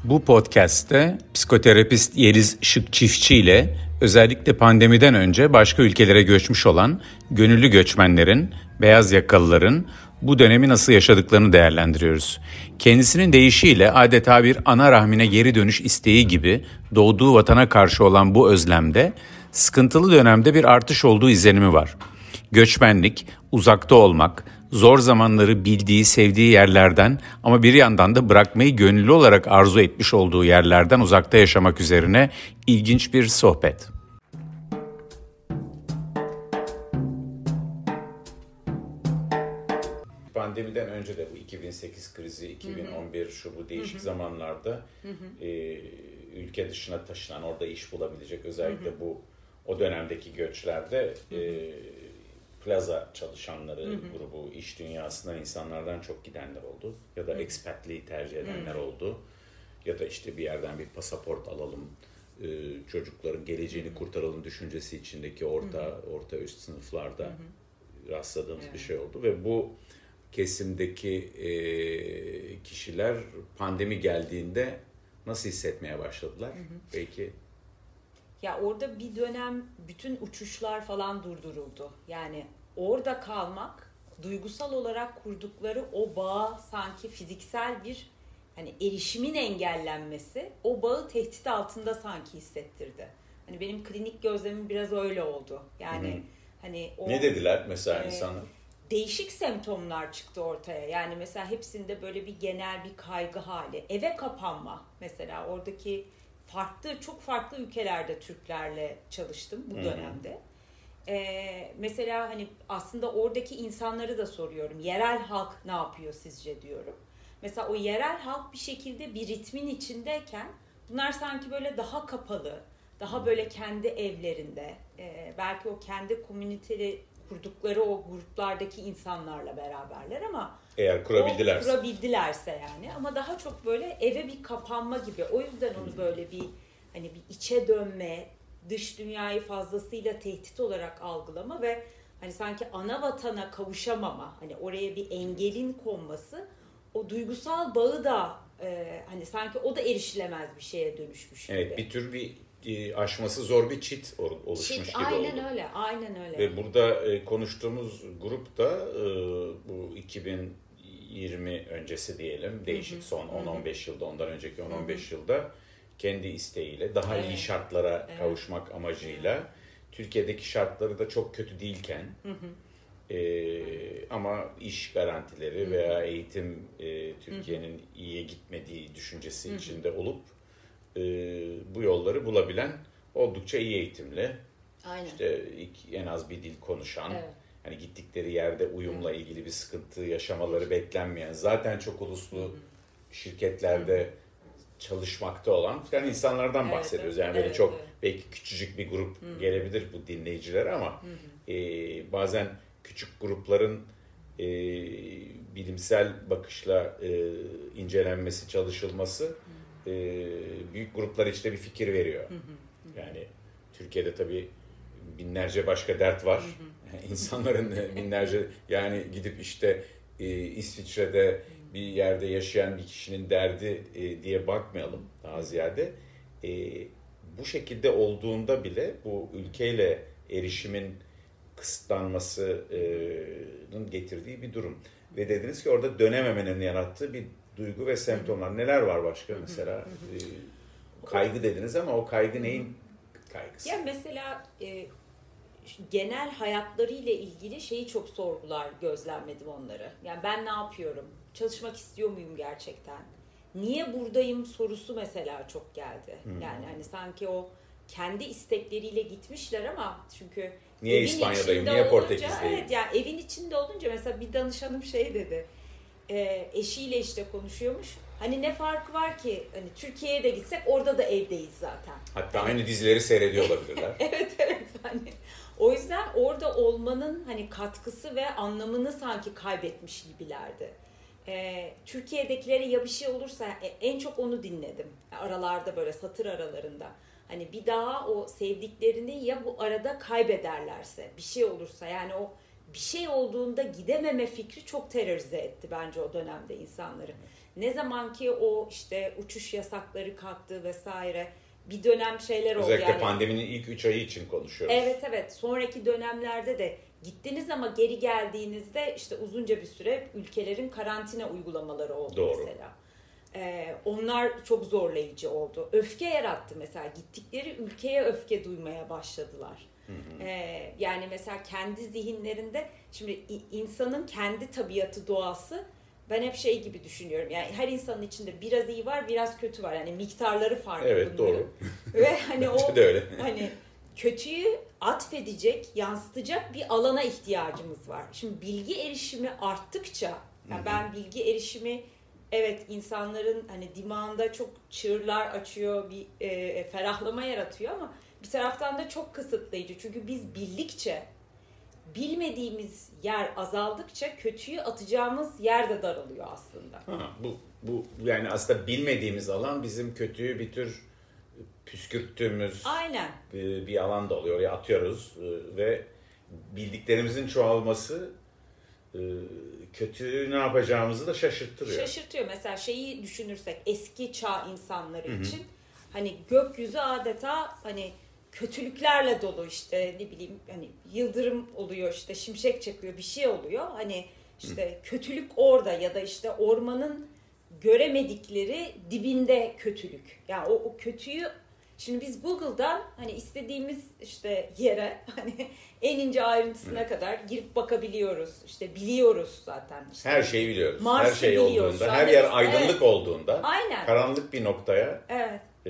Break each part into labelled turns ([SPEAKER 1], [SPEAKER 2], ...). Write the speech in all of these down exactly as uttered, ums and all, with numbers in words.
[SPEAKER 1] Bu podcast'te psikoterapist Yeliz Şık Çiftçi ile özellikle pandemiden önce başka ülkelere göçmüş olan gönüllü göçmenlerin, beyaz yakalıların bu dönemi nasıl yaşadıklarını değerlendiriyoruz. Kendisinin deyişiyle adeta bir ana rahmine geri dönüş isteği gibi doğduğu vatana karşı olan bu özlemde sıkıntılı dönemde bir artış olduğu izlenimi var. Göçmenlik, uzakta olmak, zor zamanları bildiği, sevdiği yerlerden ama bir yandan da bırakmayı gönüllü olarak arzu etmiş olduğu yerlerden uzakta yaşamak üzerine ilginç bir sohbet. Pandemiden önce de bu iki bin sekiz krizi, iki bin on bir şu bu değişik hı hı. zamanlarda hı hı. E, ülke dışına taşınan, orada iş bulabilecek özellikle hı hı. bu o dönemdeki göçlerde hı hı. E, plaza çalışanları hı hı. grubu, iş dünyasından insanlardan çok gidenler oldu. Ya da hı. expatliği tercih edenler hı. oldu. Ya da işte bir yerden bir pasaport alalım, e, çocukların geleceğini hı. kurtaralım düşüncesi içindeki orta hı hı. orta üst sınıflarda hı hı. rastladığımız evet. bir şey oldu. Ve bu kesimdeki e, kişiler pandemi geldiğinde nasıl hissetmeye başladılar? Hı hı. Belki
[SPEAKER 2] ya orada bir dönem bütün uçuşlar falan durduruldu. Yani orada kalmak, duygusal olarak kurdukları o bağı sanki fiziksel bir hani erişimin engellenmesi, o bağı tehdit altında sanki hissettirdi. Hani benim klinik gözlemim biraz öyle oldu. Yani hı hı. hani o
[SPEAKER 1] ne dediler mesela e, insanlar?
[SPEAKER 2] Değişik semptomlar çıktı ortaya. Yani mesela hepsinde böyle bir genel bir kaygı hali. Eve kapanma mesela oradaki farklı, çok farklı ülkelerde Türklerle çalıştım bu dönemde. Hı hı. Ee, mesela hani aslında oradaki insanları da soruyorum. Yerel halk ne yapıyor sizce diyorum. Mesela o yerel halk bir şekilde bir ritmin içindeyken bunlar sanki böyle daha kapalı, daha böyle kendi evlerinde, e, belki o kendi komüniteli kurdukları o gruplardaki insanlarla beraberler ama
[SPEAKER 1] eğer kurabildilerse.
[SPEAKER 2] kurabildilerse yani ama daha çok böyle eve bir kapanma gibi. O yüzden onu böyle bir hani bir içe dönme, dış dünyayı fazlasıyla tehdit olarak algılama ve hani sanki ana vatana kavuşamama, hani oraya bir engelin konması, o duygusal bağı da e, hani sanki o da erişilemez bir şeye dönüşmüş gibi.
[SPEAKER 1] Evet, bir tür bir e, aşması zor bir çit oluşmuş
[SPEAKER 2] çit,
[SPEAKER 1] gibi
[SPEAKER 2] aynen
[SPEAKER 1] oldu.
[SPEAKER 2] Aynen öyle, aynen öyle.
[SPEAKER 1] Ve burada e, konuştuğumuz grup da e, bu iki bin yirmi öncesi diyelim, değişik son on on beş yılda, ondan önceki on on beş yılda kendi isteğiyle daha evet. iyi şartlara evet. kavuşmak amacıyla evet. Türkiye'deki şartları da çok kötü değilken hı hı. E, ama iş garantileri hı hı. veya eğitim e, Türkiye'nin hı hı. iyiye gitmediği düşüncesi hı hı. içinde olup e, bu yolları bulabilen oldukça iyi eğitimli, aynen. işte en az bir dil konuşan, evet. hani gittikleri yerde uyumla evet. ilgili bir sıkıntı yaşamaları evet. beklenmeyen, zaten çok uluslu hı hı. şirketlerde hı hı. çalışmakta olan falan insanlardan evet, bahsediyoruz. Yani evet, böyle çok evet. belki küçücük bir grup hı-hı. gelebilir bu dinleyiciler ama e, bazen küçük grupların e, bilimsel bakışla e, incelenmesi, çalışılması e, büyük gruplar işte bir fikir veriyor. Hı-hı. Yani Türkiye'de tabii binlerce başka dert var. Hı hı. İnsanların binlerce yani gidip işte e, İsviçre'de bir yerde yaşayan bir kişinin derdi e, diye bakmayalım daha ziyade. E, bu şekilde olduğunda bile bu ülkeyle erişimin kısıtlanmasının getirdiği bir durum. Ve dediniz ki orada dönememenin yarattığı bir duygu ve semptomlar. Neler var başka mesela? E, kaygı dediniz ama o kaygı neyin kaygısı?
[SPEAKER 2] Ya mesela e, genel hayatlarıyla ilgili şeyi çok sorgular, gözlemledim onları. Yani ben ne yapıyorum? Çalışmak istiyor muyum gerçekten? Niye buradayım sorusu mesela çok geldi. Hmm. Yani hani sanki o kendi istekleriyle gitmişler ama çünkü
[SPEAKER 1] niye İspanya'dayım, niye Portekiz'deyim?
[SPEAKER 2] Evet, yani evin içinde olunca mesela bir danışanım şey dedi. E, eşiyle işte konuşuyormuş. Hani ne farkı var ki? Hani Türkiye'ye de gitsek orada da evdeyiz zaten.
[SPEAKER 1] Hatta
[SPEAKER 2] hani...
[SPEAKER 1] aynı dizileri seyrediyor olabilirler.
[SPEAKER 2] evet evet hani o yüzden orada olmanın hani katkısı ve anlamını sanki kaybetmiş gibilerdi. Ee, Türkiye'dekilere ya bir şey olursa en çok onu dinledim. Aralarda böyle satır aralarında. Hani bir daha o sevdiklerini ya bu arada kaybederlerse bir şey olursa yani o bir şey olduğunda gidememe fikri çok terörize etti bence o dönemde insanları. ne zaman ki o işte uçuş yasakları kalktı vesaire bir dönem şeyler oldu.
[SPEAKER 1] Özellikle
[SPEAKER 2] yani.
[SPEAKER 1] pandeminin ilk üç ayı için konuşuyoruz.
[SPEAKER 2] Evet evet. Sonraki dönemlerde de gittiniz ama geri geldiğinizde işte uzunca bir süre ülkelerin karantina uygulamaları oldu. Doğru. Mesela. Ee, onlar çok zorlayıcı oldu. Öfke yarattı mesela. Gittikleri ülkeye öfke duymaya başladılar. Hı hı. Ee, yani mesela kendi zihinlerinde şimdi insanın kendi tabiatı, doğası, ben hep şey gibi düşünüyorum. Yani her insanın içinde biraz iyi var, biraz kötü var. Yani miktarları farklı.
[SPEAKER 1] Evet,
[SPEAKER 2] bunların.
[SPEAKER 1] doğru.
[SPEAKER 2] Ve hani o
[SPEAKER 1] öyle.
[SPEAKER 2] hani kötüyü atfedecek, yansıtacak bir alana ihtiyacımız var. Şimdi bilgi erişimi arttıkça, yani ben bilgi erişimi evet insanların hani dimağında çok çığırlar açıyor, bir e, ferahlama yaratıyor ama bir taraftan da çok kısıtlayıcı. Çünkü biz bildikçe, bilmediğimiz yer azaldıkça kötüyü atacağımız yer de daralıyor aslında.
[SPEAKER 1] Ha, bu bu yani aslında bilmediğimiz alan bizim kötüyü bir tür püskürttüğümüz
[SPEAKER 2] Aynen.
[SPEAKER 1] Bir, bir alan da oluyor. Oraya atıyoruz ve bildiklerimizin çoğalması kötü ne yapacağımızı da şaşırtıyor.
[SPEAKER 2] Şaşırtıyor. Mesela şeyi düşünürsek eski çağ insanları Hı-hı. için hani gökyüzü adeta hani kötülüklerle dolu, işte ne bileyim hani yıldırım oluyor, işte şimşek çakıyor, bir şey oluyor. Hani işte Hı. kötülük orada ya da işte ormanın göremedikleri dibinde kötülük. Yani o, o kötüyü şimdi biz Google'dan hani istediğimiz işte yere hani en ince ayrıntısına Hı. kadar girip bakabiliyoruz. İşte biliyoruz zaten. İşte
[SPEAKER 1] her şeyi biliyoruz.
[SPEAKER 2] Mars'ı
[SPEAKER 1] her şey
[SPEAKER 2] biliyoruz.
[SPEAKER 1] olduğunda, her yer aydınlık
[SPEAKER 2] evet.
[SPEAKER 1] olduğunda,
[SPEAKER 2] Aynen.
[SPEAKER 1] karanlık bir noktaya
[SPEAKER 2] evet.
[SPEAKER 1] e,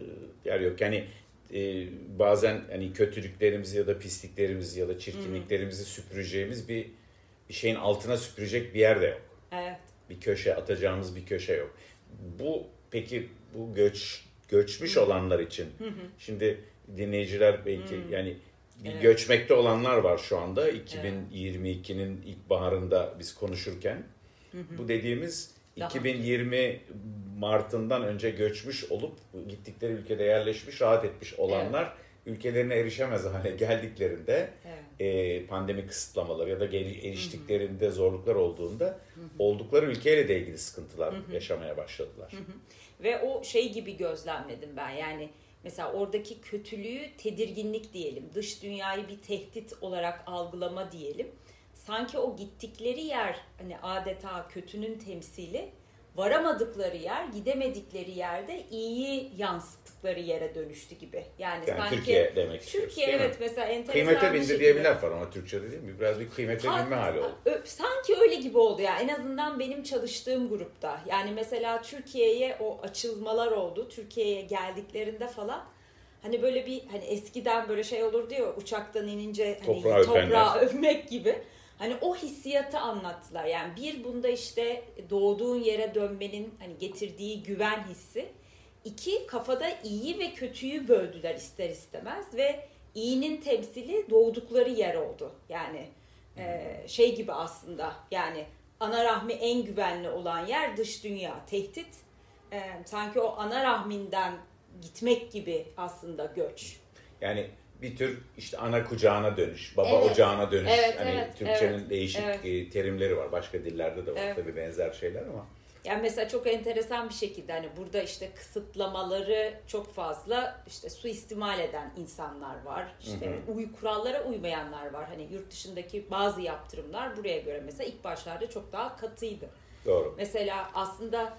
[SPEAKER 1] yer yok. Yani e, bazen hani kötülüklerimizi ya da pisliklerimizi ya da çirkinliklerimizi hmm. süpüreceğimiz bir, bir şeyin altına süpürecek bir yer de yok.
[SPEAKER 2] Evet.
[SPEAKER 1] Bir köşe atacağımız bir köşe yok. Bu peki bu göç göçmüş hmm. olanlar için hmm. şimdi dinleyiciler belki hmm. yani bir evet. göçmekte olanlar var şu anda iki bin yirmi ikinin ilkbaharında biz konuşurken hmm. bu dediğimiz Daha. iki bin yirmi Mart'ından önce göçmüş olup gittikleri ülkede yerleşmiş, rahat etmiş olanlar evet. ülkelerine erişemez hale geldiklerinde evet. e, pandemi kısıtlamaları ya da eriştiklerinde Hı-hı. zorluklar olduğunda Hı-hı. oldukları ülkeyle de ilgili sıkıntılar Hı-hı. yaşamaya başladılar.
[SPEAKER 2] Hı-hı. Ve o şey gibi gözlemledim ben, yani mesela oradaki kötülüğü tedirginlik diyelim, dış dünyayı bir tehdit olarak algılama diyelim. Sanki o gittikleri yer hani adeta kötünün temsili, varamadıkları yer, gidemedikleri yerde iyi yansıttıkları yere dönüştü gibi. Yani,
[SPEAKER 1] yani
[SPEAKER 2] sanki
[SPEAKER 1] Türkiye demek istiyoruz.
[SPEAKER 2] Türkiye evet mesela enteresan
[SPEAKER 1] kıymete
[SPEAKER 2] bir
[SPEAKER 1] bindi
[SPEAKER 2] şekilde.
[SPEAKER 1] diye bir laf var ama Türkçe'de değil mi? Biraz bir kıymete
[SPEAKER 2] ha,
[SPEAKER 1] binme hali oldu.
[SPEAKER 2] Sanki öyle gibi oldu ya. En azından benim çalıştığım grupta. Yani mesela Türkiye'ye o açılmalar oldu. Türkiye'ye geldiklerinde falan hani böyle bir hani eskiden böyle şey olurdu ya, uçaktan inince hani toprağı, toprağı övmek gibi. Hani o hissiyatı anlattılar. Yani bir, bunda işte doğduğun yere dönmenin hani getirdiği güven hissi. İki, kafada iyi ve kötüyü böldüler ister istemez ve iyinin temsili doğdukları yer oldu. Yani e, şey gibi aslında, yani ana rahmi en güvenli olan yer dış dünya, tehdit. E, sanki o ana rahminden gitmek gibi aslında göç.
[SPEAKER 1] Yani bir tür işte ana kucağına dönüş, baba
[SPEAKER 2] evet.
[SPEAKER 1] ocağına dönüş.
[SPEAKER 2] Evet,
[SPEAKER 1] hani
[SPEAKER 2] evet,
[SPEAKER 1] Türkçenin
[SPEAKER 2] evet,
[SPEAKER 1] değişik
[SPEAKER 2] evet.
[SPEAKER 1] terimleri var. Başka dillerde de var
[SPEAKER 2] evet.
[SPEAKER 1] tabii benzer şeyler ama.
[SPEAKER 2] Yani mesela çok enteresan bir şekilde hani burada işte kısıtlamaları çok fazla işte suistimal eden insanlar var. İşte hı hı. uy kurallara uymayanlar var. Hani yurt dışındaki bazı yaptırımlar buraya göre mesela ilk başlarda çok daha katıydı.
[SPEAKER 1] Doğru.
[SPEAKER 2] Mesela aslında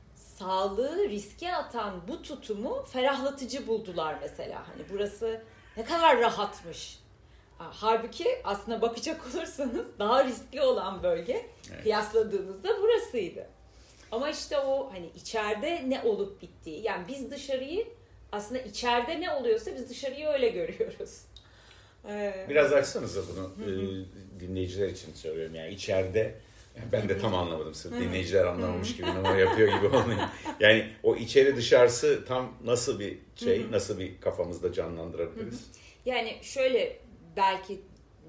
[SPEAKER 2] sağlığı riske atan bu tutumu ferahlatıcı buldular mesela. Hani burası ne kadar rahatmış. Halbuki aslında bakacak olursanız daha riskli olan bölge evet. kıyasladığınızda burasıydı. Ama işte o hani içeride ne olup bittiği, yani biz dışarıyı aslında içeride ne oluyorsa biz dışarıyı öyle görüyoruz.
[SPEAKER 1] Ee, Biraz açsanıza bunu e, dinleyiciler için soruyorum, yani içeride ben de tam anlamadım sırf dinleyiciler anlamamış gibi numara yapıyor gibi olmuyor. Yani o içeri dışarısı tam nasıl bir şey, nasıl bir kafamızda canlandırabiliriz?
[SPEAKER 2] Yani şöyle belki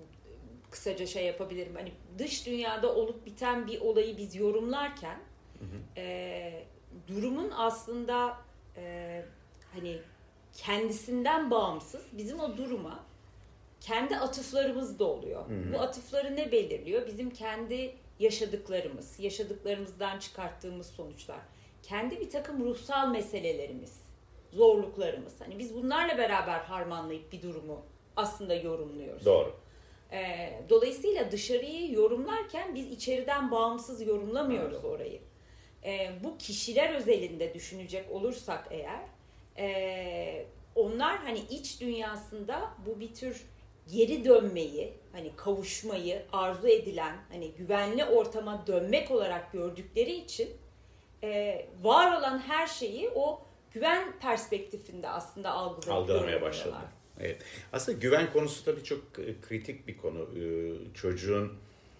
[SPEAKER 2] kısaca şey yapabilirim, hani dış dünyada olup biten bir olayı biz yorumlarken Hı hı. E, durumun aslında e, hani kendisinden bağımsız bizim o duruma kendi atıflarımız da oluyor. Hı hı. Bu atıfları ne belirliyor? Bizim kendi yaşadıklarımız, yaşadıklarımızdan çıkarttığımız sonuçlar, kendi bir takım ruhsal meselelerimiz, zorluklarımız. Hani biz bunlarla beraber harmanlayıp bir durumu aslında yorumluyoruz.
[SPEAKER 1] Doğru.
[SPEAKER 2] Ee, dolayısıyla dışarıyı yorumlarken biz içeriden bağımsız yorumlamıyoruz
[SPEAKER 1] evet.
[SPEAKER 2] orayı. Ee, bu kişiler özelinde düşünecek olursak eğer, e, onlar hani iç dünyasında bu bir tür geri dönmeyi, hani kavuşmayı arzu edilen, hani güvenli ortama dönmek olarak gördükleri için e, var olan her şeyi o güven perspektifinde aslında
[SPEAKER 1] algılamaya başladı. Evet. Aslında güven konusu tabii çok kritik bir konu. Çocuğun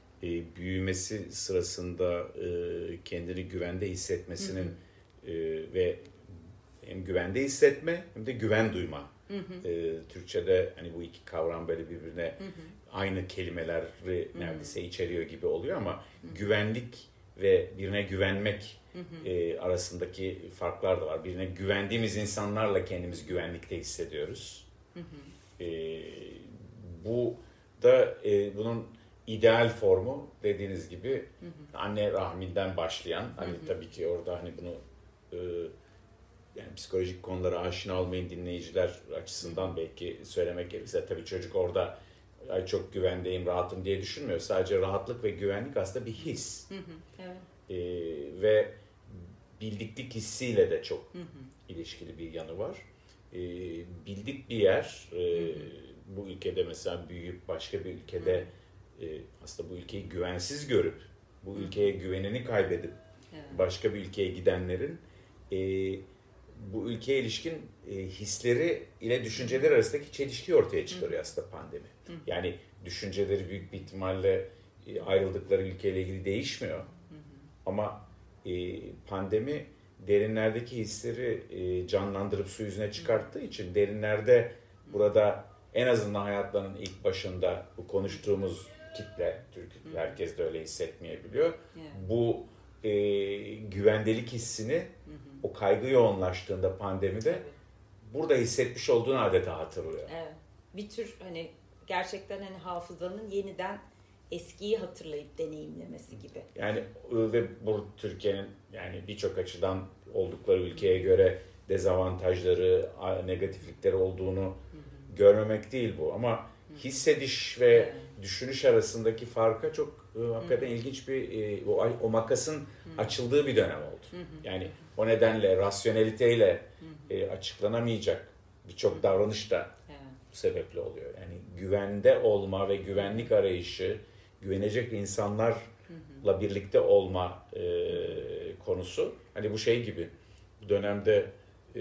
[SPEAKER 1] büyümesi sırasında kendini güvende hissetmesinin hı hı. ve hem güvende hissetme hem de güven duyma. Hı hı. Türkçe'de hani bu iki kavram böyle birbirine hı hı. aynı kelimeleri hı hı. neredeyse içeriyor gibi oluyor ama hı hı. güvenlik ve birine güvenmek hı hı. E, arasındaki farklar da var. Birine güvendiğimiz insanlarla kendimizi güvenlikte hissediyoruz. Hı hı. E, bu da e, bunun ideal formu dediğiniz gibi hı hı. anne rahminden başlayan, hani hı hı. tabii ki orada hani bunu e, yani psikolojik konulara aşina olmayan dinleyiciler açısından hı hı. belki söylemek gerekirse tabii çocuk orada ay çok güvendeyim, rahatım diye düşünmüyor. Sadece rahatlık ve güvenlik aslında bir his. Hı hı. Evet. Ee, ve bildiklik hissiyle de çok hı hı. ilişkili bir yanı var. Ee, bildik bir yer, e, hı hı. bu ülkede mesela büyüyüp başka bir ülkede e, aslında bu ülkeyi güvensiz görüp, bu hı hı. ülkeye güvenini kaybedip evet. başka bir ülkeye gidenlerin e, bu ülkeye ilişkin e, hisleri ile düşünceler arasındaki çelişkiyi ortaya çıkarıyor aslında pandemi. Hı. Yani düşünceleri büyük bir ihtimalle e, ayrıldıkları ülkeyle ilgili değişmiyor. Hı hı. Ama e, pandemi derinlerdeki hisleri e, canlandırıp su yüzüne çıkarttığı için derinlerde burada en azından hayatlarının ilk başında bu konuştuğumuz kitle, Türk herkes de öyle hissetmeyebiliyor. Evet. Bu e, güvendelik hissini hı hı. o kaygı yoğunlaştığında pandemide evet. burada hissetmiş olduğunu adeta hatırlıyor.
[SPEAKER 2] Evet. Bir tür hani gerçekten hani hafızanın yeniden eskiyi hatırlayıp deneyimlemesi gibi.
[SPEAKER 1] Yani ve bu Türkiye'nin yani birçok açıdan oldukları ülkeye göre dezavantajları, negatiflikleri olduğunu hı hı. görmemek değil bu ama hı hı. hissediş ve evet. düşünüş arasındaki farka çok e, hakikaten hı hı. ilginç bir e, o, o makasın hı hı. açıldığı bir dönem oldu. Hı hı. Yani o nedenle rasyoneliteyle hı hı. E, açıklanamayacak birçok davranış da evet. bu sebeple oluyor. Yani güvende olma ve güvenlik arayışı, güvenecek insanlarla hı hı. birlikte olma e, konusu. Hani bu şey gibi bu dönemde e,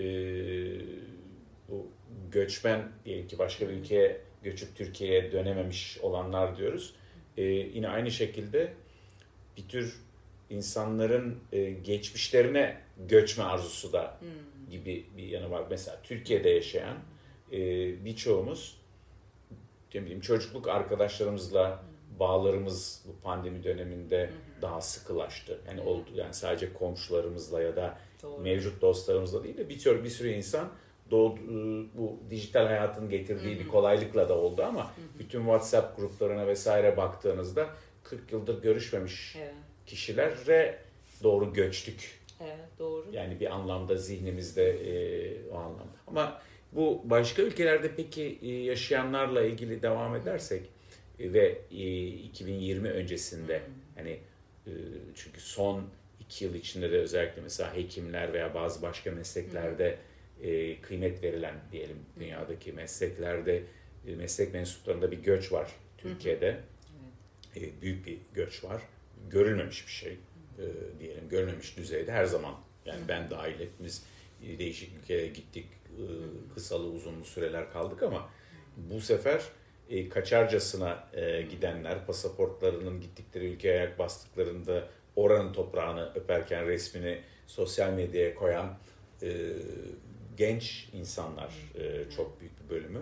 [SPEAKER 1] bu göçmen diyelim ki başka bir ülkeye göçüp Türkiye'ye dönememiş olanlar diyoruz. E, yine aynı şekilde bir tür insanların e, geçmişlerine göçme arzusu da hmm. gibi bir yanı var. Mesela Türkiye'de yaşayan e, birçoğumuz ne bileyim çocukluk arkadaşlarımızla hmm. bağlarımız bu pandemi döneminde hmm. daha sıkılaştı. Yani hmm. oldu yani sadece komşularımızla ya da Doğru. mevcut dostlarımızla değil de bir sürü bir sürü insan doğdu, bu dijital hayatın getirdiği hmm. bir kolaylıkla da oldu ama hmm. bütün WhatsApp gruplarına vesaire baktığınızda kırk yıldır görüşmemiş evet. kişilere doğru göçtük.
[SPEAKER 2] Evet, doğru.
[SPEAKER 1] Yani bir anlamda zihnimizde e, o anlamda. Ama bu başka ülkelerde peki e, yaşayanlarla ilgili devam edersek e, ve e, iki bin yirmi öncesinde hmm. hani e, çünkü son iki yıl içinde de özellikle mesela hekimler veya bazı başka mesleklerde hmm. e, kıymet verilen diyelim hmm. dünyadaki mesleklerde e, meslek mensuplarında bir göç var Türkiye'de. Hmm. E, büyük bir göç var. Görülmemiş bir şey e, diyelim. Görülmemiş düzeyde her zaman. Yani hmm. ben dahil hepimiz e, değişik ülkelere gittik. E, kısalı uzunlu süreler kaldık ama bu sefer e, kaçarcasına e, gidenler pasaportlarının gittikleri ülkeye ayak bastıklarında oranın toprağını öperken resmini sosyal medyaya koyan e, genç insanlar e, çok büyük bir bölümü.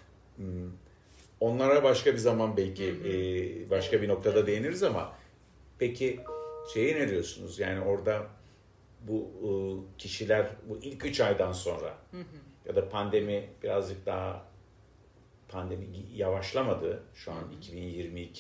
[SPEAKER 1] Onlara başka bir zaman belki e, başka bir noktada değiniriz ama peki şeye ne diyorsunuz? Yani orada bu e, kişiler bu ilk üç aydan sonra ya da pandemi birazcık daha pandemi yavaşlamadı. Şu an iki bin yirmi iki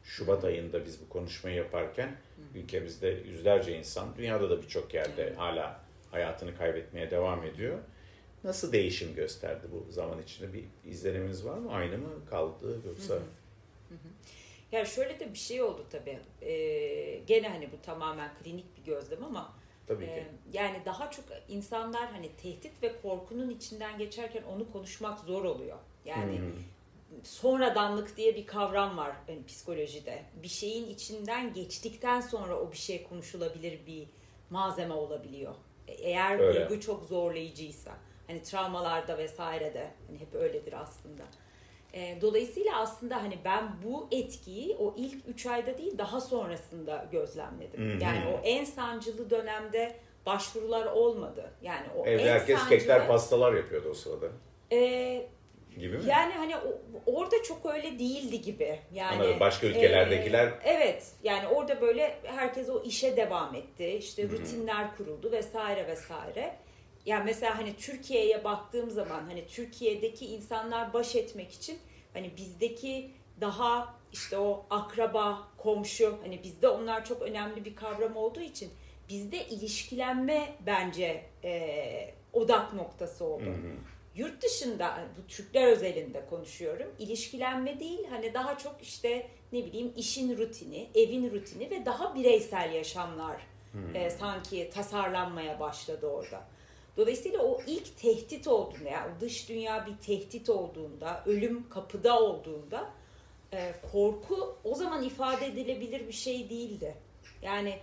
[SPEAKER 1] Şubat ayında biz bu konuşmayı yaparken hı. ülkemizde yüzlerce insan, dünyada da birçok yerde evet. hala hayatını kaybetmeye devam ediyor. Nasıl değişim gösterdi bu zaman içinde? Bir izleniminiz var mı? Aynı mı kaldı yoksa? Hı hı.
[SPEAKER 2] Hı hı. Ya şöyle de bir şey oldu tabii. Ee, gene hani bu tamamen klinik bir gözlem ama
[SPEAKER 1] tabii ki.
[SPEAKER 2] E, yani daha çok insanlar hani tehdit ve korkunun içinden geçerken onu konuşmak zor oluyor. Yani hı hı. sonradanlık diye bir kavram var yani psikolojide. Bir şeyin içinden geçtikten sonra o bir şey konuşulabilir bir malzeme olabiliyor. Eğer
[SPEAKER 1] öyle.
[SPEAKER 2] Duygu çok zorlayıcıysa. Hani travmalarda vesairede hani hep öyledir aslında. E, dolayısıyla aslında hani ben bu etkiyi o ilk üç ayda değil daha sonrasında gözlemledim. Hı-hı. Yani o en sancılı dönemde başvurular olmadı. Yani o
[SPEAKER 1] evet,
[SPEAKER 2] en
[SPEAKER 1] herkes
[SPEAKER 2] sancılı,
[SPEAKER 1] kekler pastalar yapıyordu o sırada.
[SPEAKER 2] E,
[SPEAKER 1] gibi mi?
[SPEAKER 2] Yani hani o, orada çok öyle değildi gibi. Yani
[SPEAKER 1] anladım. Başka ülkelerdekiler.
[SPEAKER 2] E, evet. Yani orada böyle herkes o işe devam etti. İşte Hı-hı. rutinler kuruldu vesaire vesaire. Yani mesela hani Türkiye'ye baktığım zaman hani Türkiye'deki insanlar baş etmek için hani bizdeki daha işte o akraba, komşu hani bizde onlar çok önemli bir kavram olduğu için bizde ilişkilenme bence e, odak noktası oldu. Hı hı. Yurt dışında bu Türkler özelinde konuşuyorum. İlişkilenme değil hani daha çok işte ne bileyim işin rutini, evin rutini ve daha bireysel yaşamlar e, sanki tasarlanmaya başladı orada. Dolayısıyla o ilk tehdit olduğunda, yani dış dünya bir tehdit olduğunda, ölüm kapıda olduğunda e, korku o zaman ifade edilebilir bir şey değildi. Yani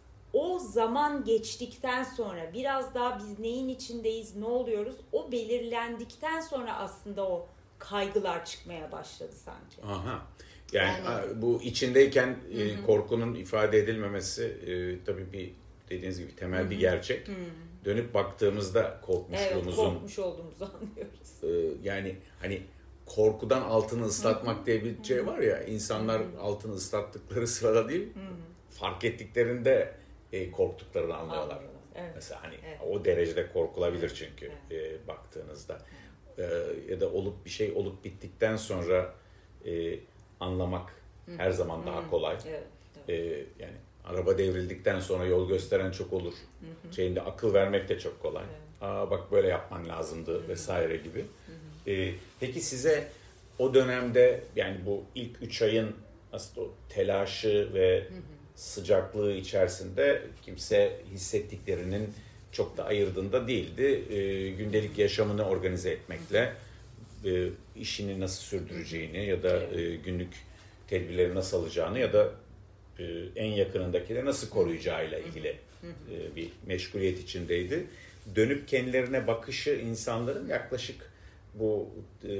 [SPEAKER 2] o zaman geçtikten sonra biraz daha biz neyin içindeyiz, ne oluyoruz o belirlendikten sonra aslında o kaygılar çıkmaya başladı sanki.
[SPEAKER 1] Aha. Yani, yani bu içindeyken e, korkunun ifade edilmemesi e, tabii bir dediğiniz gibi temel hı-hı. bir gerçek. Hı-hı. Dönüp baktığımızda korkmuşluğumuzun...
[SPEAKER 2] Evet, korkmuş olduğumuzu anlıyoruz.
[SPEAKER 1] E, yani hani korkudan altını ıslatmak Hı-hı. diye bir şey var ya, insanlar Hı-hı. altını ıslattıkları sırada değil, Hı-hı. fark ettiklerinde e, korktuklarını anlıyorlar. Evet. Mesela hani evet. o derecede korkulabilir çünkü evet. e, baktığınızda. E, ya da olup bir şey olup bittikten sonra e, anlamak Hı-hı. her zaman daha Hı-hı. kolay. Evet. Evet. E, yani araba devrildikten sonra yol gösteren çok olur. Hı hı. Şeyinde akıl vermek de çok kolay. Evet. Aa bak böyle yapman lazımdı hı hı. vesaire gibi. Hı hı. Ee, peki size o dönemde yani bu ilk üç ayın aslında o telaşı ve hı hı. sıcaklığı içerisinde kimse hissettiklerinin çok da ayırdığında değildi. Ee, gündelik yaşamını organize etmekle e, işini nasıl sürdüreceğini ya da e, günlük tedbirleri nasıl alacağını ya da en yakınındakileri nasıl koruyacağıyla ilgili bir meşguliyet içindeydi. Dönüp kendilerine bakışı insanların yaklaşık bu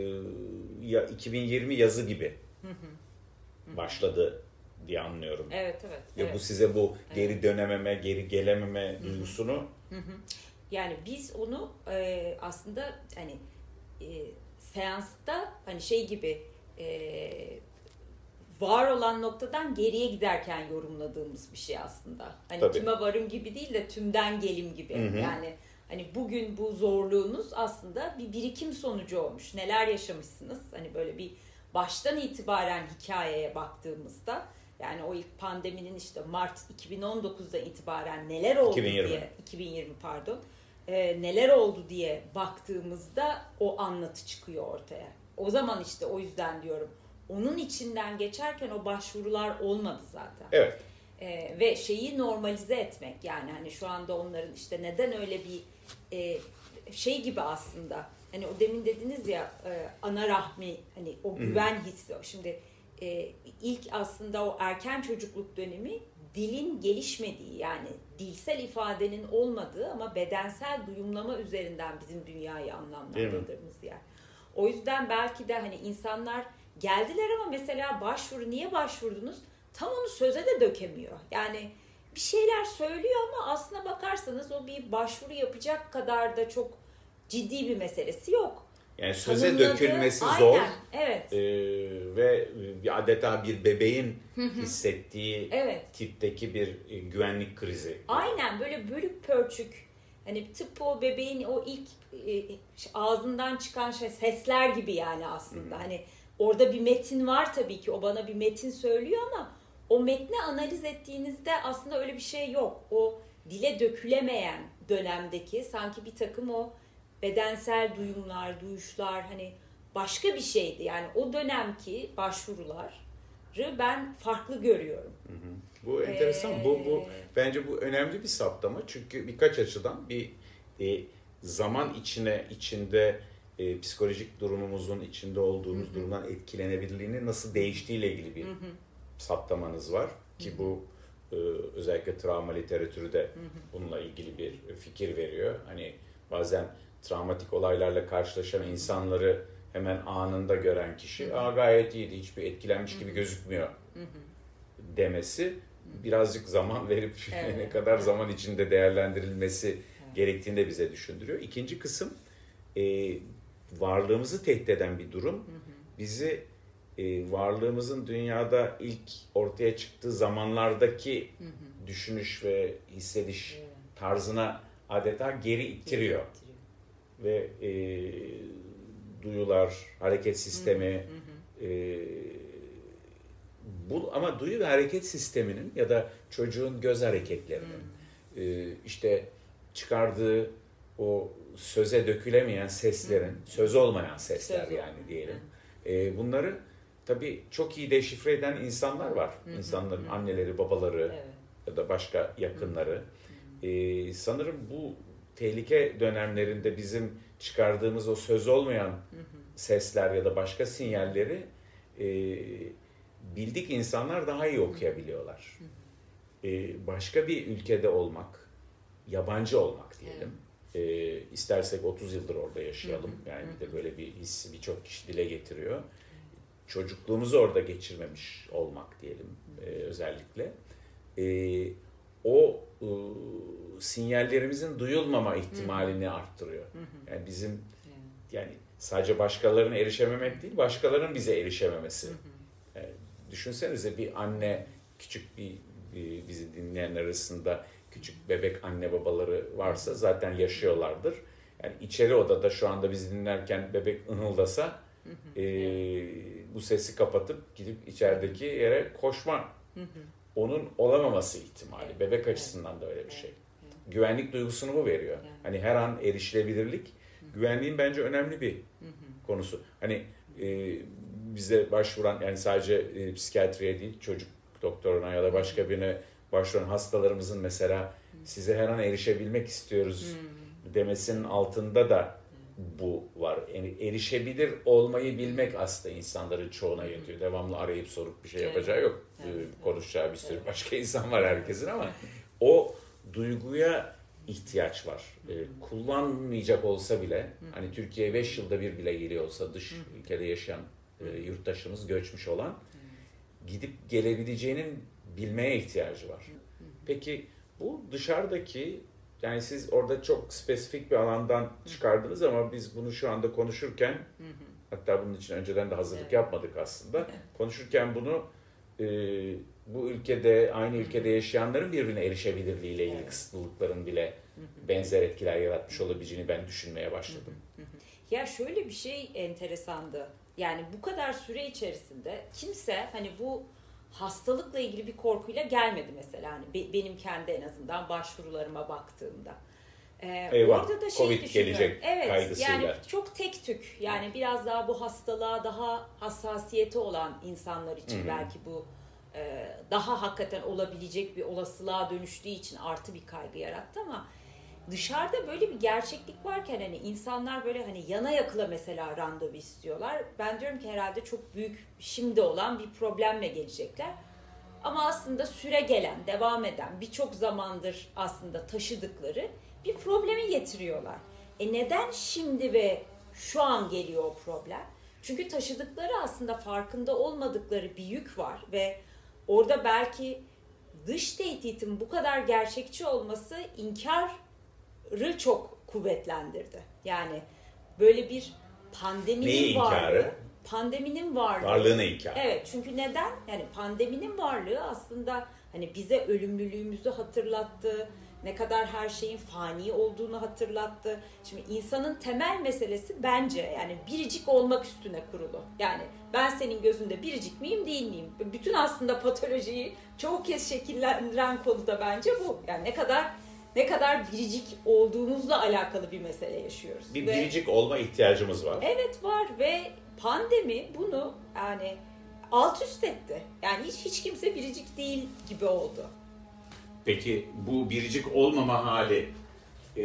[SPEAKER 1] iki bin yirmi yazı gibi başladı diye anlıyorum.
[SPEAKER 2] Evet, evet.
[SPEAKER 1] Ya
[SPEAKER 2] evet.
[SPEAKER 1] bu size bu geri evet. dönememe, geri gelememe duygusunu.
[SPEAKER 2] Yani biz onu aslında hani seansta hani şey gibi var olan noktadan geriye giderken yorumladığımız bir şey aslında. Hani Tabii. tüme varım gibi değil de tümden gelim gibi. Hı hı. Yani hani bugün bu zorluğunuz aslında bir birikim sonucu olmuş. Neler yaşamışsınız? Hani böyle bir baştan itibaren hikayeye baktığımızda yani o ilk pandeminin işte Mart iki bin on dokuzda itibaren neler oldu
[SPEAKER 1] iki bin yirmi.
[SPEAKER 2] diye iki bin yirmi pardon. E, neler oldu diye baktığımızda o anlatı çıkıyor ortaya. O zaman işte o yüzden diyorum onun içinden geçerken o başvurular olmadı zaten.
[SPEAKER 1] Evet.
[SPEAKER 2] Ee, ve şeyi normalize etmek yani hani şu anda onların işte neden öyle bir e, şey gibi aslında hani o demin dediniz ya e, ana rahmi hani o güven Hı-hı. hissi. Şimdi e, ilk aslında o erken çocukluk dönemi dilin gelişmediği yani dilsel ifadenin olmadığı ama bedensel duyumlama üzerinden bizim dünyayı anlamlandırdığımız yer. O yüzden belki de hani insanlar geldiler ama mesela başvuru niye başvurdunuz? Tam onu söze de dökemiyor. Yani bir şeyler söylüyor ama aslına bakarsanız o bir başvuru yapacak kadar da çok ciddi bir meselesi yok.
[SPEAKER 1] Yani söze Tanımladı. dökülmesi
[SPEAKER 2] Aynen.
[SPEAKER 1] zor.
[SPEAKER 2] Evet.
[SPEAKER 1] Ee, ve bir adeta bir bebeğin hissettiği evet. tipteki bir güvenlik krizi.
[SPEAKER 2] Aynen böyle bölük pörçük. Hani tıpkı o bebeğin o ilk e, ağzından çıkan şey sesler gibi yani aslında. Hı-hı. Hani orada bir metin var tabii ki. O bana bir metin söylüyor ama o metni analiz ettiğinizde aslında öyle bir şey yok. O dile dökülemeyen dönemdeki sanki bir takım o bedensel duyumlar, duyuşlar hani başka bir şeydi. Yani o dönemki başvuruları ben farklı görüyorum.
[SPEAKER 1] Hı hı. Bu enteresan. Ee... Bu bu bence bu önemli bir saptama. Çünkü birkaç açıdan bir e, zaman içine içinde e, psikolojik durumumuzun içinde olduğumuz hı hı. durumdan etkilenebilirliğini nasıl değiştiğiyle ilgili bir hı hı. saptamanız var ki hı hı. bu e, özellikle travma literatürü de hı hı. bununla ilgili bir fikir veriyor. Hani bazen travmatik olaylarla karşılaşan insanları hemen anında gören kişi Aa, gayet iyiydi, hiçbir etkilenmiş Hı-hı. gibi gözükmüyor Hı-hı. demesi birazcık zaman verip evet. ne kadar zaman içinde değerlendirilmesi evet. gerektiğini de bize düşündürüyor. İkinci kısım e, varlığımızı tehdit eden bir durum. Hı-hı. Bizi e, varlığımızın dünyada ilk ortaya çıktığı zamanlardaki Hı-hı. düşünüş ve hissediş evet. tarzına adeta geri ittiriyor. Evet. Ve e, duyular, hareket sistemi, hı hı. E, bu ama duyu ve hareket sisteminin ya da çocuğun göz hareketlerinin e, işte çıkardığı o söze dökülemeyen seslerin, hı hı. söz olmayan sesler söz yani diyelim. E, bunları tabii çok iyi deşifre eden insanlar var. Hı hı. İnsanların hı hı. anneleri, babaları evet. ya da başka yakınları. Hı hı. E, sanırım bu tehlike dönemlerinde bizim çıkardığımız o söz olmayan hı hı. sesler ya da başka sinyalleri e, bildik insanlar daha iyi okuyabiliyorlar. Hı hı. E, başka bir ülkede olmak, yabancı olmak diyelim. Evet. E, istersek otuz yıldır orada yaşayalım. Hı hı. Yani bir de böyle bir hissi birçok kişi dile getiriyor. Hı hı. Çocukluğumuzu orada geçirmemiş olmak diyelim e, özellikle. E, o e, sinyallerimizin duyulmama ihtimalini hı hı. arttırıyor. Hı hı. Yani bizim evet. yani sadece başkalarına erişememek değil, başkalarının bize erişememesi. Hı hı. Yani düşünsenize bir anne, küçük bir, bir bizi dinleyen arasında küçük bebek anne babaları varsa zaten yaşıyorlardır. Yani içeri odada şu anda bizi dinlerken bebek ınıldasa hı hı. E, bu sesi kapatıp gidip içerideki yere koşma. Hı hı. Onun olamaması ihtimali. Evet. Bebek evet. açısından da öyle bir şey. Evet. Güvenlik duygusunu bu veriyor. Evet. Hani her an erişilebilirlik, Hı-hı. güvenliğin bence önemli bir Hı-hı. konusu. Hani e, bize başvuran, yani sadece e, psikiyatriye değil, çocuk doktoruna ya da başka birine başvuran hastalarımızın mesela Hı-hı. size her an erişebilmek istiyoruz Hı-hı. demesinin altında da bu var. Yani erişebilir olmayı bilmek aslında insanların çoğuna yetiyor. Devamlı arayıp sorup bir şey yapacağı yok. Evet. Ee, konuşacağı bir sürü evet. başka insan var herkesin ama o duyguya ihtiyaç var. Ee, kullanmayacak olsa bile, hani Türkiye'ye beş yılda bir bile geliyor olsa dış ülkede yaşayan e, yurttaşımız, göçmüş olan gidip gelebileceğinin bilmeye ihtiyacı var. Peki bu dışarıdaki, yani siz orada çok spesifik bir alandan çıkardınız ama biz bunu şu anda konuşurken, hı hı. hatta bunun için önceden de hazırlık evet. yapmadık aslında. Konuşurken bunu e, bu ülkede, aynı ülkede yaşayanların birbirine erişebilirliğiyle ilgili evet. kısıtlılıkların bile hı hı. benzer etkiler yaratmış olabileceğini ben düşünmeye başladım.
[SPEAKER 2] Hı hı. Ya şöyle bir şey enteresandı. Yani bu kadar süre içerisinde kimse hani bu hastalıkla ilgili bir korkuyla gelmedi mesela. Hani be, benim kendi en azından başvurularıma baktığımda. Ee,
[SPEAKER 1] Eyvah, orada da şey Covid gelecek
[SPEAKER 2] evet,
[SPEAKER 1] kaygısıyla.
[SPEAKER 2] Yani çok tek tük. Yani biraz daha bu hastalığa daha hassasiyeti olan insanlar için Hı-hı. belki bu e, daha hakikaten olabilecek bir olasılığa dönüştüğü için artı bir kaygı yarattı ama dışarıda böyle bir gerçeklik varken hani insanlar böyle hani yana yakıla mesela randevu istiyorlar. Ben diyorum ki herhalde çok büyük şimdi olan bir problemle gelecekler. Ama aslında süre gelen, devam eden, birçok zamandır aslında taşıdıkları bir problemi getiriyorlar. E neden şimdi ve şu an geliyor o problem? Çünkü taşıdıkları aslında farkında olmadıkları bir yük var ve orada belki dış tehditin bu kadar gerçekçi olması inkarı çok kuvvetlendirdi. Yani böyle bir pandeminin
[SPEAKER 1] Neyi
[SPEAKER 2] varlığı,
[SPEAKER 1] inkarı?
[SPEAKER 2] pandeminin varlığı.
[SPEAKER 1] Varlığına inkar.
[SPEAKER 2] Evet, çünkü neden? Yani pandeminin varlığı aslında hani bize ölümlülüğümüzü hatırlattı. ne kadar her şeyin fani olduğunu hatırlattı. Şimdi insanın temel meselesi bence yani biricik olmak üstüne kurulu. Yani ben senin gözünde biricik miyim değil miyim? Bütün aslında patolojiyi çoğu kez şekillendiren konu da bence bu. Yani ne kadar ne kadar biricik olduğumuzla alakalı bir mesele yaşıyoruz.
[SPEAKER 1] Bir
[SPEAKER 2] ve,
[SPEAKER 1] biricik olma ihtiyacımız var.
[SPEAKER 2] Evet var ve pandemi bunu yani alt üst etti. Yani hiç hiç kimse biricik değil gibi oldu.
[SPEAKER 1] Peki bu biricik olmama hali e,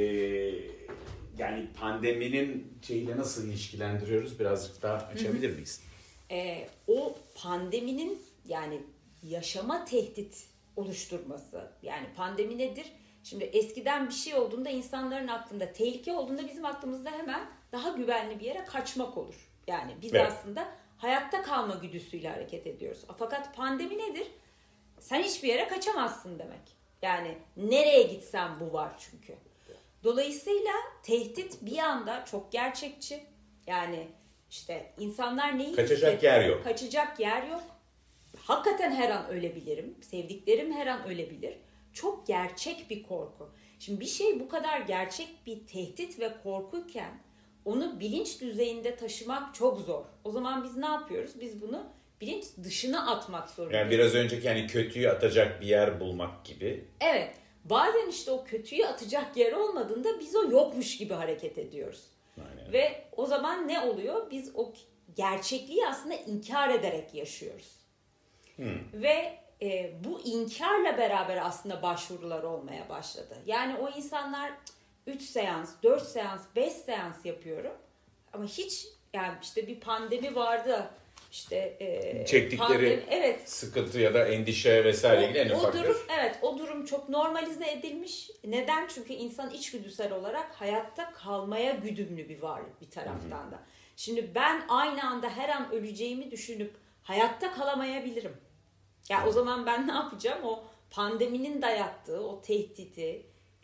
[SPEAKER 1] yani pandeminin şeyiyle nasıl ilişkilendiriyoruz? Birazcık daha açabilir miyiz?
[SPEAKER 2] E, o pandeminin yani yaşama tehdit oluşturması. Yani pandemi nedir? Şimdi eskiden bir şey olduğunda insanların aklında tehlike olduğunda bizim aklımızda hemen daha güvenli bir yere kaçmak olur. Yani biz evet. aslında hayatta kalma güdüsüyle hareket ediyoruz. Fakat pandemi nedir? Sen hiçbir yere kaçamazsın demek. Yani nereye gitsen bu var çünkü. Dolayısıyla tehdit bir anda çok gerçekçi. Yani işte insanlar neyi
[SPEAKER 1] kaçacak hissediyor? yer yok.
[SPEAKER 2] Kaçacak yer yok. Hakikaten her an ölebilirim. Sevdiklerim her an ölebilir. Çok gerçek bir korku. Şimdi bir şey bu kadar gerçek bir tehdit ve korkuyken onu bilinç düzeyinde taşımak çok zor. O zaman biz ne yapıyoruz? Biz bunu bilinç dışına atmak zorundayız.
[SPEAKER 1] Yani biraz önceki hani kötüyü atacak bir yer bulmak gibi.
[SPEAKER 2] Evet. Bazen işte o kötüyü atacak yer olmadığında biz o yokmuş gibi hareket ediyoruz. Aynen. Ve o zaman ne oluyor? Biz o gerçekliği aslında inkar ederek yaşıyoruz. Hmm. Ve e, bu inkarla beraber aslında başvurular olmaya başladı. Yani o insanlar üç seans, dört seans, beş seans yapıyorum. Ama hiç yani işte bir pandemi vardı. İşte e,
[SPEAKER 1] çektikleri pandemi, evet. sıkıntı ya da endişe vesaire ilgili en ufak
[SPEAKER 2] durum, evet o durum çok normalize edilmiş. Neden? Çünkü insan içgüdüsel olarak hayatta kalmaya güdümlü bir varlık bir taraftan da. Şimdi ben aynı anda her an öleceğimi düşünüp hayatta kalamayabilirim. Ya yani o zaman ben ne yapacağım? O pandeminin dayattığı o tehdidi,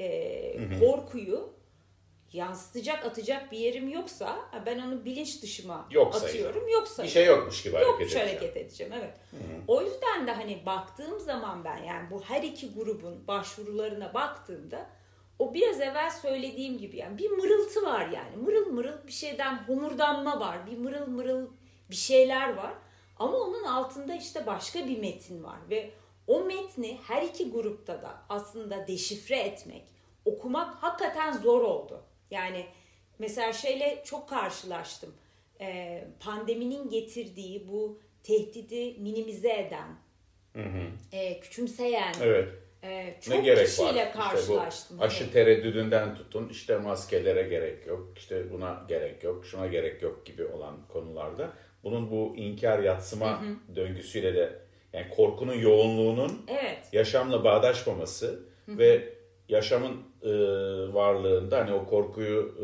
[SPEAKER 2] e, korkuyu yansıtacak, atacak bir yerim yoksa ben onu bilinç dışıma yok atıyorum. Yoksa
[SPEAKER 1] bir şey yokmuş gibi hareket
[SPEAKER 2] yokmuş
[SPEAKER 1] edeceğim.
[SPEAKER 2] hareket edeceğim. Evet. Hı-hı. O yüzden de hani baktığım zaman ben yani bu her iki grubun başvurularına baktığımda o biraz evvel söylediğim gibi yani bir mırıltı var yani. Mırıl mırıl bir şeyden homurdanma var. Bir mırıl mırıl bir şeyler var. Ama onun altında işte başka bir metin var ve o metni her iki grupta da aslında deşifre etmek, okumak hakikaten zor oldu. Yani mesela şeyle çok karşılaştım. Ee, pandeminin getirdiği bu tehdidi minimize eden, hı hı. E, küçümseyen
[SPEAKER 1] evet.
[SPEAKER 2] e, çok ne kişiyle var? karşılaştım.
[SPEAKER 1] İşte aşı tereddüdünden tutun işte maskelere gerek yok, işte buna gerek yok, şuna gerek yok gibi olan konularda. Bunun bu inkar yatsıma hı hı. döngüsüyle de yani korkunun yoğunluğunun evet. yaşamla bağdaşmaması hı hı. ve yaşamın e, varlığında hani o korkuyu e,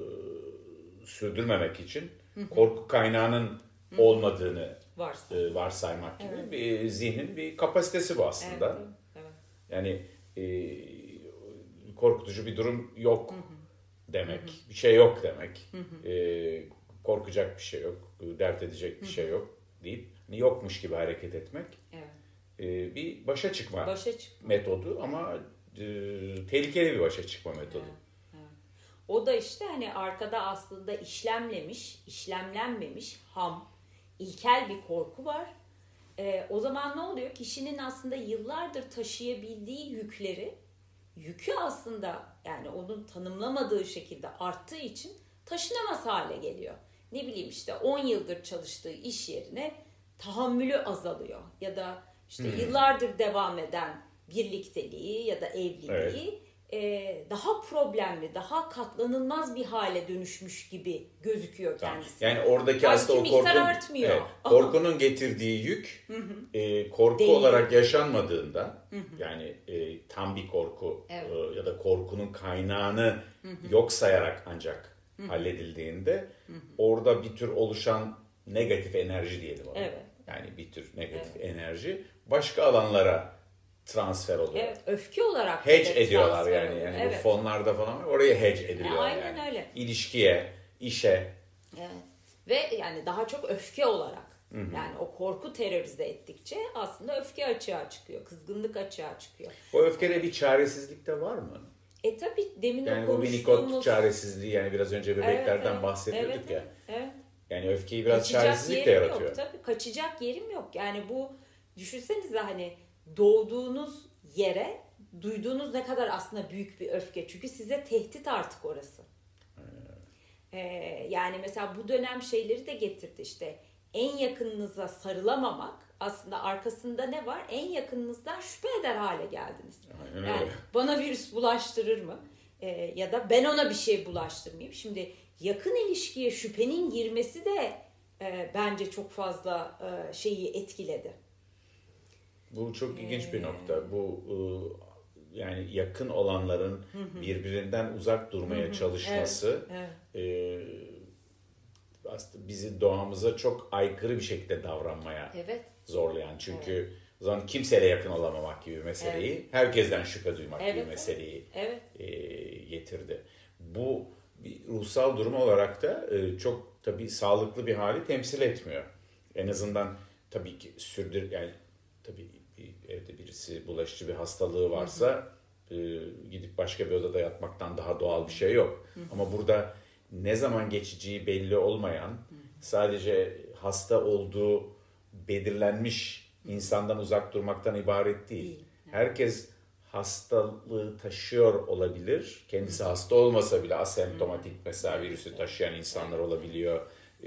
[SPEAKER 1] sürdürmemek için hı hı. korku kaynağının hı hı. olmadığını Varsay. e, varsaymak gibi evet. bir zihnin bir kapasitesi bu aslında. Evet. Evet. Yani e, korkutucu bir durum yok hı hı. demek, hı hı. bir şey yok demek, hı hı. E, korkacak bir şey yok, dert edecek bir hı hı. şey yok deyip hani yokmuş gibi hareket etmek evet. e, bir başa çıkma,
[SPEAKER 2] başa çıkma
[SPEAKER 1] metodu ama e, tehlikeli bir başa çıkma metodu.
[SPEAKER 2] Evet, evet. O da işte hani arkada aslında işlemlemiş, işlemlenmemiş, ham, ilkel bir korku var. E, o zaman ne oluyor? Kişinin aslında yıllardır taşıyabildiği yükleri, yükü aslında yani onun tanımlamadığı şekilde arttığı için taşınamaz hale geliyor. Ne bileyim işte on yıldır çalıştığı iş yerine tahammülü azalıyor ya da işte hmm. yıllardır devam eden birlikteliği ya da evliliği evet. e, daha problemli, daha katlanılmaz bir hale dönüşmüş gibi gözüküyor kendisi.
[SPEAKER 1] Yani oradaki aslında o korkun,
[SPEAKER 2] artmıyor.
[SPEAKER 1] Evet, korkunun getirdiği yük hı hı. E, korku Değil. olarak yaşanmadığında hı hı. yani e, tam bir korku evet. e, ya da korkunun kaynağını hı hı. yok sayarak ancak hı hı. halledildiğinde hı hı. orada bir tür oluşan negatif enerji diyelim ona. Evet. Yani bir tür negatif evet. enerji başka alanlara transfer oluyor.
[SPEAKER 2] Evet, öfke olarak
[SPEAKER 1] hedge ediyorlar yani. Yani evet. bu fonlarda falan oraya hedge ediliyor.
[SPEAKER 2] E, aynen
[SPEAKER 1] yani.
[SPEAKER 2] öyle.
[SPEAKER 1] İlişkiye, işe.
[SPEAKER 2] Evet. Ve yani daha çok öfke olarak
[SPEAKER 1] Hı hı.
[SPEAKER 2] Yani o korku terörize ettikçe aslında öfke açığa çıkıyor, kızgınlık açığa çıkıyor.
[SPEAKER 1] O öfkede bir çaresizlik de var mı?
[SPEAKER 2] E tabii demin
[SPEAKER 1] yani
[SPEAKER 2] o
[SPEAKER 1] konuştuğumuz... Yani bu Winnicott çaresizliği, yani biraz önce bebeklerden evet, evet, bahsediyorduk
[SPEAKER 2] evet,
[SPEAKER 1] ya.
[SPEAKER 2] Evet.
[SPEAKER 1] Yani öfkeyi biraz
[SPEAKER 2] kaçacak
[SPEAKER 1] çaresizlik de yaratıyor.
[SPEAKER 2] Yok, tabii kaçacak yerim yok. Yani bu, düşünsenize hani doğduğunuz yere duyduğunuz ne kadar aslında büyük bir öfke. Çünkü size tehdit artık orası. Ee, yani mesela bu dönem şeyleri de getirdi işte. En yakınınıza sarılamamak, aslında arkasında ne var? En yakınınızdan şüphe eder hale geldiniz.
[SPEAKER 1] Aynen
[SPEAKER 2] yani
[SPEAKER 1] öyle.
[SPEAKER 2] Bana virüs bulaştırır mı? Ee, ya da ben ona bir şey bulaştırmayayım. Şimdi yakın ilişkiye şüphenin girmesi de e, bence çok fazla e, şeyi etkiledi.
[SPEAKER 1] Bu çok ilginç ee... bir nokta. Bu e, yani yakın olanların hı hı. birbirinden uzak durmaya hı hı. çalışması evet, evet. E, aslında bizi doğamıza çok aykırı bir şekilde davranmaya evet. zorlayan. Çünkü evet. o zaman kimseyle yakın olamamak gibi meseleyi, evet. herkesten şüphe duymak evet. gibi meseleyi evet. e, getirdi. Bu bir ruhsal durum olarak da e, çok tabii sağlıklı bir hali temsil etmiyor. En azından tabii ki sürdür yani tabii bir evde birisi bulaşıcı bir hastalığı varsa e, gidip başka bir odada yatmaktan daha doğal bir şey yok. Hı hı. Ama burada ne zaman geçeceği belli olmayan, hı hı. sadece hasta olduğu belirlenmiş insandan uzak durmaktan ibaret değil. değil. Herkes hastalığı taşıyor olabilir. Kendisi hasta olmasa bile asemptomatik mesela virüsü taşıyan insanlar olabiliyor.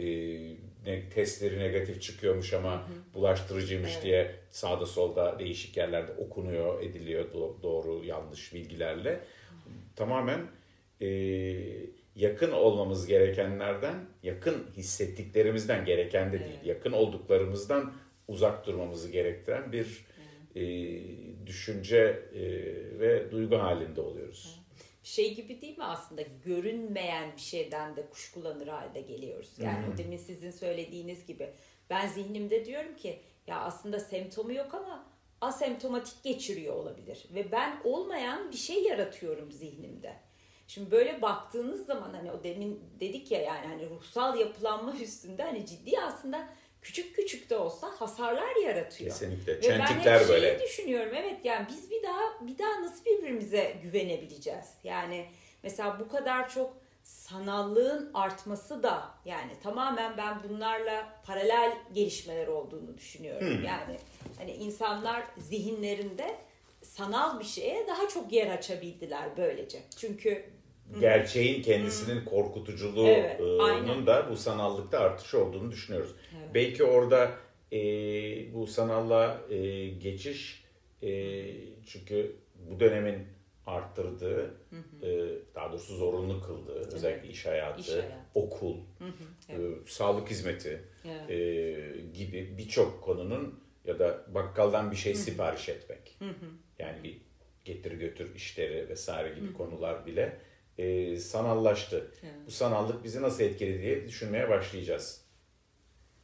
[SPEAKER 1] E, testleri negatif çıkıyormuş ama hı hı. bulaştırıcıymış evet. diye sağda solda değişik yerlerde okunuyor, ediliyor do- doğru yanlış bilgilerle. Hı hı. Tamamen e, yakın olmamız gerekenlerden, yakın hissettiklerimizden, gereken de değil, evet. yakın olduklarımızdan uzak durmamızı gerektiren bir e, düşünce e, ve duygu halinde oluyoruz.
[SPEAKER 2] Şey gibi değil mi aslında, görünmeyen bir şeyden de kuşkulanır halde geliyoruz. Yani o demin sizin söylediğiniz gibi ben zihnimde diyorum ki ya aslında semptomu yok ama asemptomatik geçiriyor olabilir. Ve ben olmayan bir şey yaratıyorum zihnimde. Şimdi böyle baktığınız zaman hani o demin dedik ya yani hani ruhsal yapılanma üstünde hani ciddi aslında küçük küçük de olsa hasarlar yaratıyor.
[SPEAKER 1] Kesinlikle.
[SPEAKER 2] Ve
[SPEAKER 1] Çentikler
[SPEAKER 2] ben hep
[SPEAKER 1] böyle.
[SPEAKER 2] şeyi düşünüyorum. Evet yani biz bir daha bir daha nasıl birbirimize güvenebileceğiz? Yani mesela bu kadar çok sanallığın artması da yani tamamen ben bunlarla paralel gelişmeler olduğunu düşünüyorum. Hmm. Yani hani insanlar zihinlerinde sanal bir şeye daha çok yer açabildiler böylece. Çünkü
[SPEAKER 1] gerçeğin kendisinin korkutuculuğunun evet, da bu sanallıkta artış olduğunu düşünüyoruz. Evet. Belki orada e, bu sanallığa e, geçiş e, çünkü bu dönemin arttırdığı, hı hı. E, daha doğrusu zorunlu kıldığı, evet. özellikle iş hayatı, iş hayatı. okul, hı hı. Evet. E, sağlık hizmeti evet. e, gibi birçok konunun ya da bakkaldan bir şey hı hı. sipariş etmek. Hı hı. Yani bir getir götür işleri vesaire gibi hı hı. konular bile e, sanallaştı. Evet. Bu sanallık bizi nasıl etkiledi diye düşünmeye başlayacağız.